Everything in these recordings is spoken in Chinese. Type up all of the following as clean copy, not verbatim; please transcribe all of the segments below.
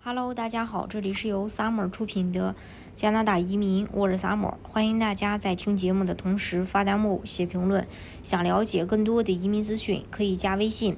Hello， 大家好，这里是由 Summer 出品的加拿大移民，我是 Summer， 欢迎大家在听节目的同时发弹幕、写评论。想了解更多的移民资讯，可以加微信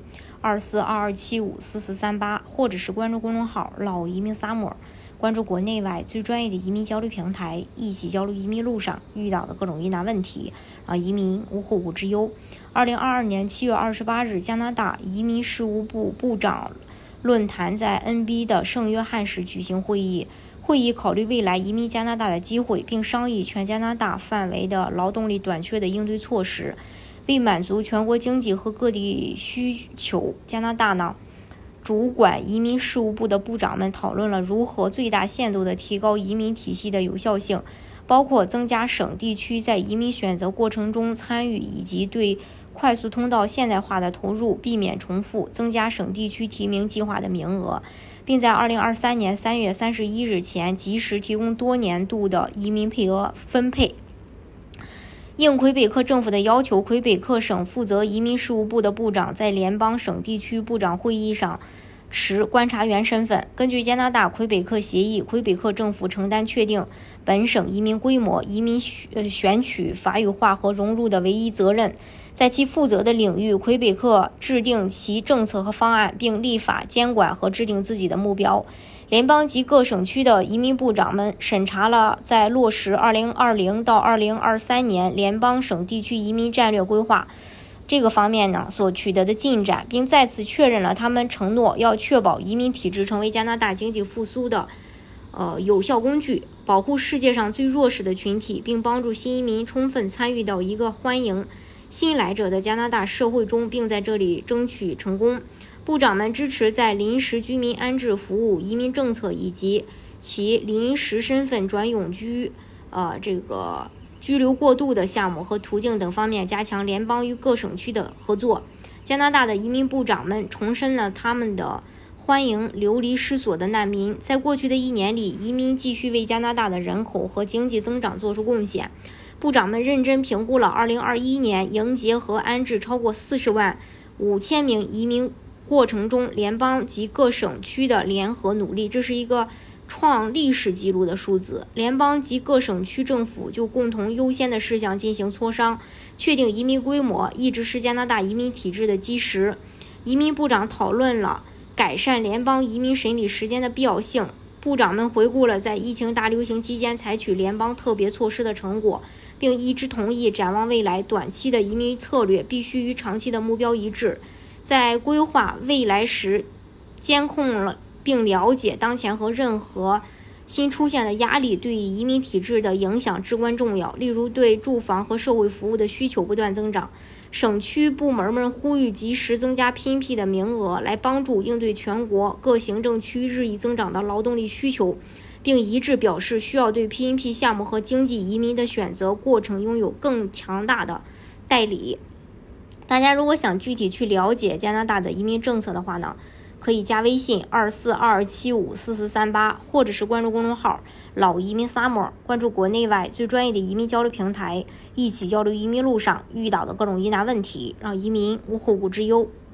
2422754438，或者是关注公众号老移民 Summer， 关注国内外最专业的移民交流平台，一起交流移民路上遇到的各种疑难问题，让移民无后顾之忧。2022年7月28日，加拿大移民事务部部长论坛在 NB 的圣约翰市举行会议，考虑未来移民加拿大的机会，并商议全加拿大范围的劳动力短缺的应对措施。为满足全国经济和各地需求，加拿大主管移民事务部的部长们讨论了如何最大限度地提高移民体系的有效性，包括增加省地区在移民选择过程中参与，以及对快速通道现代化的投入，避免重复，增加省地区提名计划的名额，并在2023年3月31日前及时提供多年度的移民配额分配。应魁北克政府的要求，魁北克省负责移民事务部的部长在联邦省地区部长会议上持观察员身份。根据加拿大魁北克协议，魁北克政府承担确定本省移民规模、移民选取、法语化和融入的唯一责任。在其负责的领域，魁北克制定其政策和方案，并立法监管和制定自己的目标。联邦及各省区的移民部长们审查了在落实2020到2023年联邦省地区移民战略规划这个方面所取得的进展，并再次确认了他们承诺要确保移民体制成为加拿大经济复苏的有效工具，保护世界上最弱势的群体，并帮助新移民充分参与到一个欢迎新来者的加拿大社会中，并在这里争取成功。部长们支持在临时居民安置服务、移民政策以及其临时身份转永居居留过渡的项目和途径等方面加强联邦与各省区的合作。加拿大的移民部长们重申了他们的欢迎流离失所的难民。在过去的1年里，移民继续为加拿大的人口和经济增长做出贡献。部长们认真评估了2021年迎接和安置超过40万5千名移民过程中联邦及各省区的联合努力，这是一个创历史纪录的数字。联邦及各省区政府就共同优先的事项进行磋商，确定移民规模，一直是加拿大移民体制的基石。移民部长讨论了改善联邦移民审理时间的必要性。部长们回顾了在疫情大流行期间采取联邦特别措施的成果，并一致同意展望未来，短期的移民策略必须与长期的目标一致。在规划未来时，监控了并了解当前和任何新出现的压力对移民体制的影响至关重要。例如，对住房和社会服务的需求不断增长，省区部门们呼吁及时增加 PNP 的名额，来帮助应对全国各行政区日益增长的劳动力需求，并一致表示需要对 PNP 项目和经济移民的选择过程拥有更强大的代理。大家如果想具体去了解加拿大的移民政策的话可以加微信2422754438，或者是关注公众号老移民 Summer， 关注国内外最专业的移民交流平台，一起交流移民路上遇到的各种疑难问题，让移民无后顾之忧。